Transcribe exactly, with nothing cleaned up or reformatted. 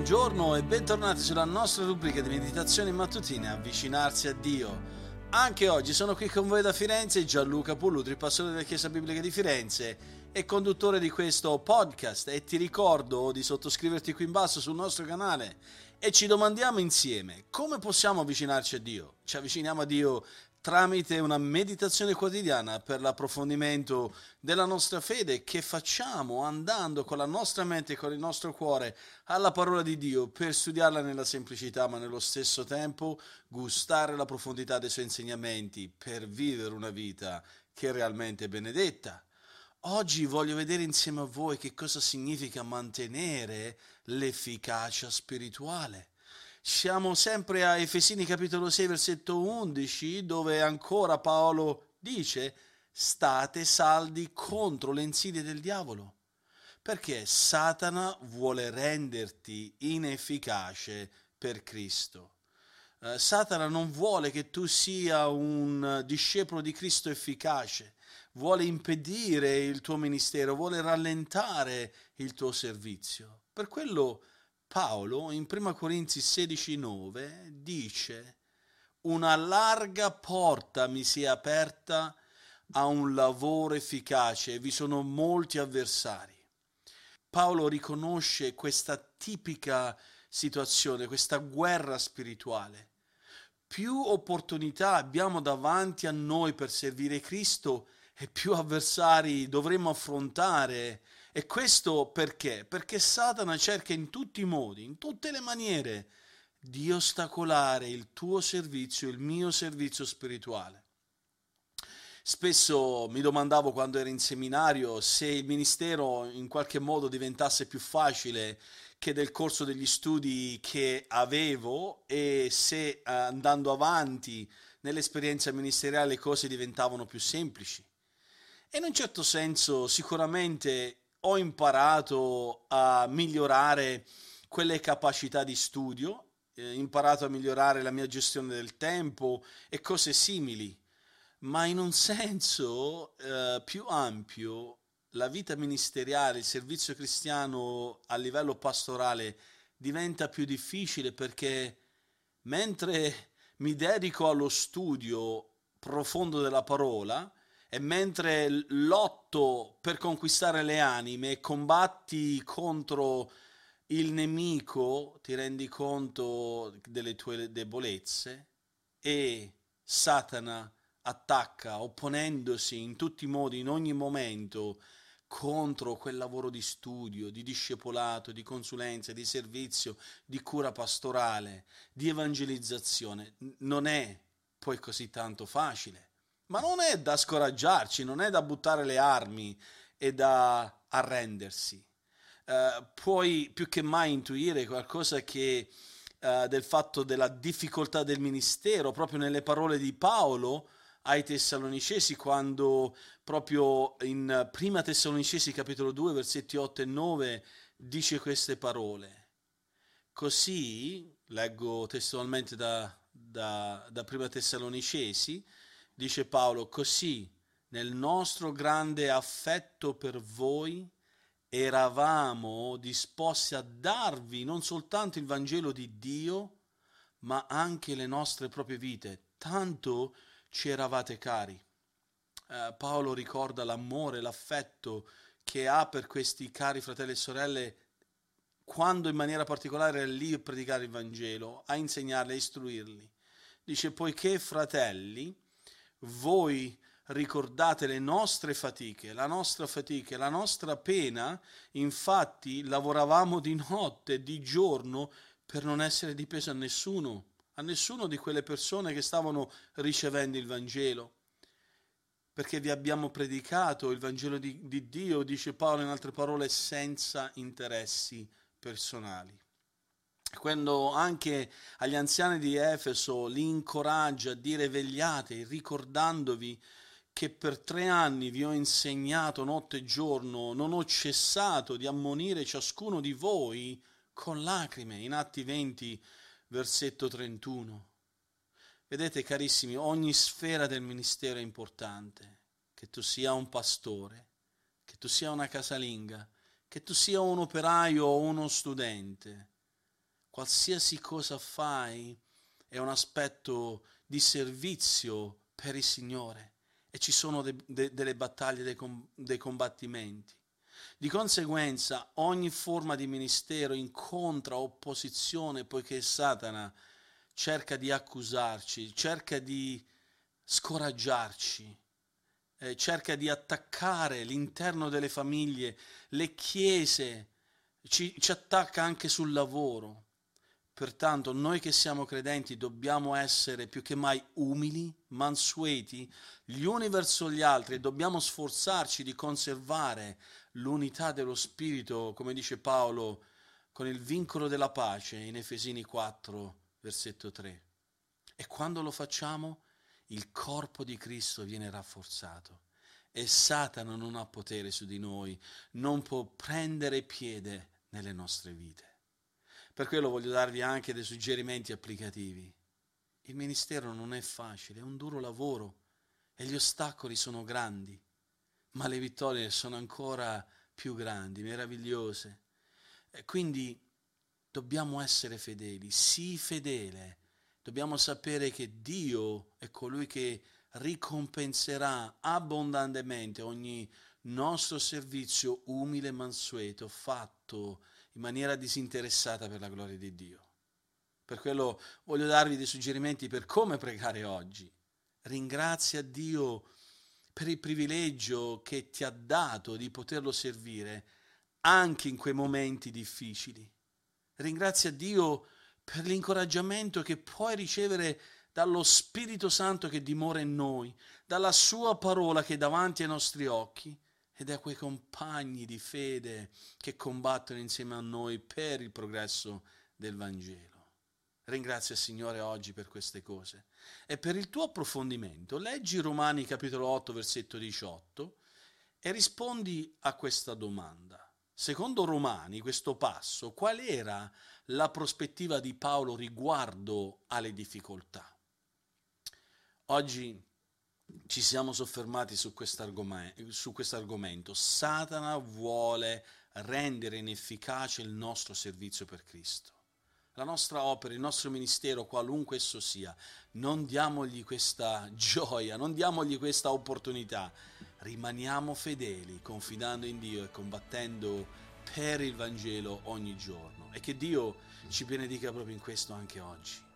Buongiorno e bentornati sulla nostra rubrica di meditazioni mattutine Avvicinarsi a Dio. Anche oggi sono qui con voi da Firenze Gianluca Pullutri, pastore della Chiesa Biblica di Firenze e conduttore di questo podcast, e ti ricordo di sottoscriverti qui in basso sul nostro canale e ci domandiamo insieme: come possiamo avvicinarci a Dio? Ci avviciniamo a Dio tramite una meditazione quotidiana per l'approfondimento della nostra fede, che facciamo andando con la nostra mente e con il nostro cuore alla parola di Dio per studiarla nella semplicità, ma nello stesso tempo gustare la profondità dei suoi insegnamenti per vivere una vita che è realmente benedetta. Oggi voglio vedere insieme a voi che cosa significa mantenere l'efficacia spirituale. Siamo sempre a Efesini capitolo sei versetto undici, dove ancora Paolo dice: state saldi contro le insidie del diavolo, perché Satana vuole renderti inefficace per Cristo. Uh, Satana non vuole che tu sia un discepolo di Cristo efficace, vuole impedire il tuo ministero, vuole rallentare il tuo servizio. Per quello Paolo in prima Corinzi sedici nove dice: una larga porta mi si è aperta a un lavoro efficace e vi sono molti avversari. Paolo riconosce questa tipica situazione, questa guerra spirituale. Più opportunità abbiamo davanti a noi per servire Cristo e più avversari dovremo affrontare. E questo perché? Perché Satana cerca in tutti i modi, in tutte le maniere, di ostacolare il tuo servizio, il mio servizio spirituale. Spesso mi domandavo, quando ero in seminario, se il ministero in qualche modo diventasse più facile che del corso degli studi che avevo, e se andando avanti nell'esperienza ministeriale le cose diventavano più semplici. E in un certo senso sicuramente ho imparato a migliorare quelle capacità di studio, eh, imparato a migliorare la mia gestione del tempo e cose simili, ma in un senso eh, più ampio la vita ministeriale, il servizio cristiano a livello pastorale diventa più difficile, perché mentre mi dedico allo studio profondo della parola, e mentre lotto per conquistare le anime e combatti contro il nemico, ti rendi conto delle tue debolezze e Satana attacca opponendosi in tutti i modi, in ogni momento, contro quel lavoro di studio, di discepolato, di consulenza, di servizio, di cura pastorale, di evangelizzazione. Non è poi così tanto facile. Ma non è da scoraggiarci, non è da buttare le armi e da arrendersi. Uh, puoi più che mai intuire qualcosa che uh, del fatto della difficoltà del ministero, proprio nelle parole di Paolo ai Tessalonicesi, quando proprio in prima Tessalonicesi capitolo due versetti otto e nove dice queste parole. Così, leggo testualmente da, da, da prima Tessalonicesi, dice Paolo: così nel nostro grande affetto per voi eravamo disposti a darvi non soltanto il Vangelo di Dio, ma anche le nostre proprie vite, tanto ci eravate cari. Eh, Paolo ricorda l'amore, l'affetto che ha per questi cari fratelli e sorelle, quando in maniera particolare è lì a predicare il Vangelo, a insegnarli, a istruirli. Dice: poiché, fratelli, voi ricordate le nostre fatiche, la nostra fatica, la nostra pena, infatti lavoravamo di notte e di giorno per non essere dipeso a nessuno, a nessuno di quelle persone che stavano ricevendo il Vangelo, perché vi abbiamo predicato il Vangelo di, di Dio, dice Paolo in altre parole, senza interessi personali. Quando anche agli anziani di Efeso li incoraggia a dire: vegliate, ricordandovi che per tre anni vi ho insegnato notte e giorno, non ho cessato di ammonire ciascuno di voi con lacrime, in Atti venti versetto trentuno. Vedete, carissimi, ogni sfera del ministero è importante, che tu sia un pastore, che tu sia una casalinga, che tu sia un operaio o uno studente. qualsiasi cosa fai è un aspetto di servizio per il Signore e ci sono de- de- delle battaglie, dei, com- dei combattimenti. Di conseguenza, ogni forma di ministero incontra opposizione poiché Satana cerca di accusarci, cerca di scoraggiarci, eh, cerca di attaccare l'interno delle famiglie, le chiese, ci, ci attacca anche sul lavoro. Pertanto noi che siamo credenti dobbiamo essere più che mai umili, mansueti, gli uni verso gli altri e dobbiamo sforzarci di conservare l'unità dello Spirito, come dice Paolo, con il vincolo della pace in Efesini quattro, versetto tre. E quando lo facciamo, il corpo di Cristo viene rafforzato e Satana non ha potere su di noi, non può prendere piede nelle nostre vite. Per quello voglio darvi anche dei suggerimenti applicativi. Il ministero non è facile, è un duro lavoro e gli ostacoli sono grandi, ma le vittorie sono ancora più grandi, meravigliose. E quindi dobbiamo essere fedeli, sii fedele. Dobbiamo sapere che Dio è colui che ricompenserà abbondantemente ogni nostro servizio umile e mansueto fatto in maniera disinteressata per la gloria di Dio. Per quello voglio darvi dei suggerimenti per come pregare oggi. Ringrazia Dio per il privilegio che ti ha dato di poterlo servire anche in quei momenti difficili. Ringrazia Dio per l'incoraggiamento che puoi ricevere dallo Spirito Santo che dimora in noi, dalla sua parola che è davanti ai nostri occhi e da quei compagni di fede che combattono insieme a noi per il progresso del Vangelo. Ringrazia il Signore oggi per queste cose. E per il tuo approfondimento, leggi Romani capitolo otto, versetto diciotto e rispondi a questa domanda. Secondo Romani, questo passo, qual era la prospettiva di Paolo riguardo alle difficoltà? Oggi ci siamo soffermati su questo argomento. Satana vuole rendere inefficace il nostro servizio per Cristo. La nostra opera, il nostro ministero, qualunque esso sia, non diamogli questa gioia, non diamogli questa opportunità. Rimaniamo fedeli, confidando in Dio e combattendo per il Vangelo ogni giorno. E che Dio ci benedica proprio in questo anche oggi.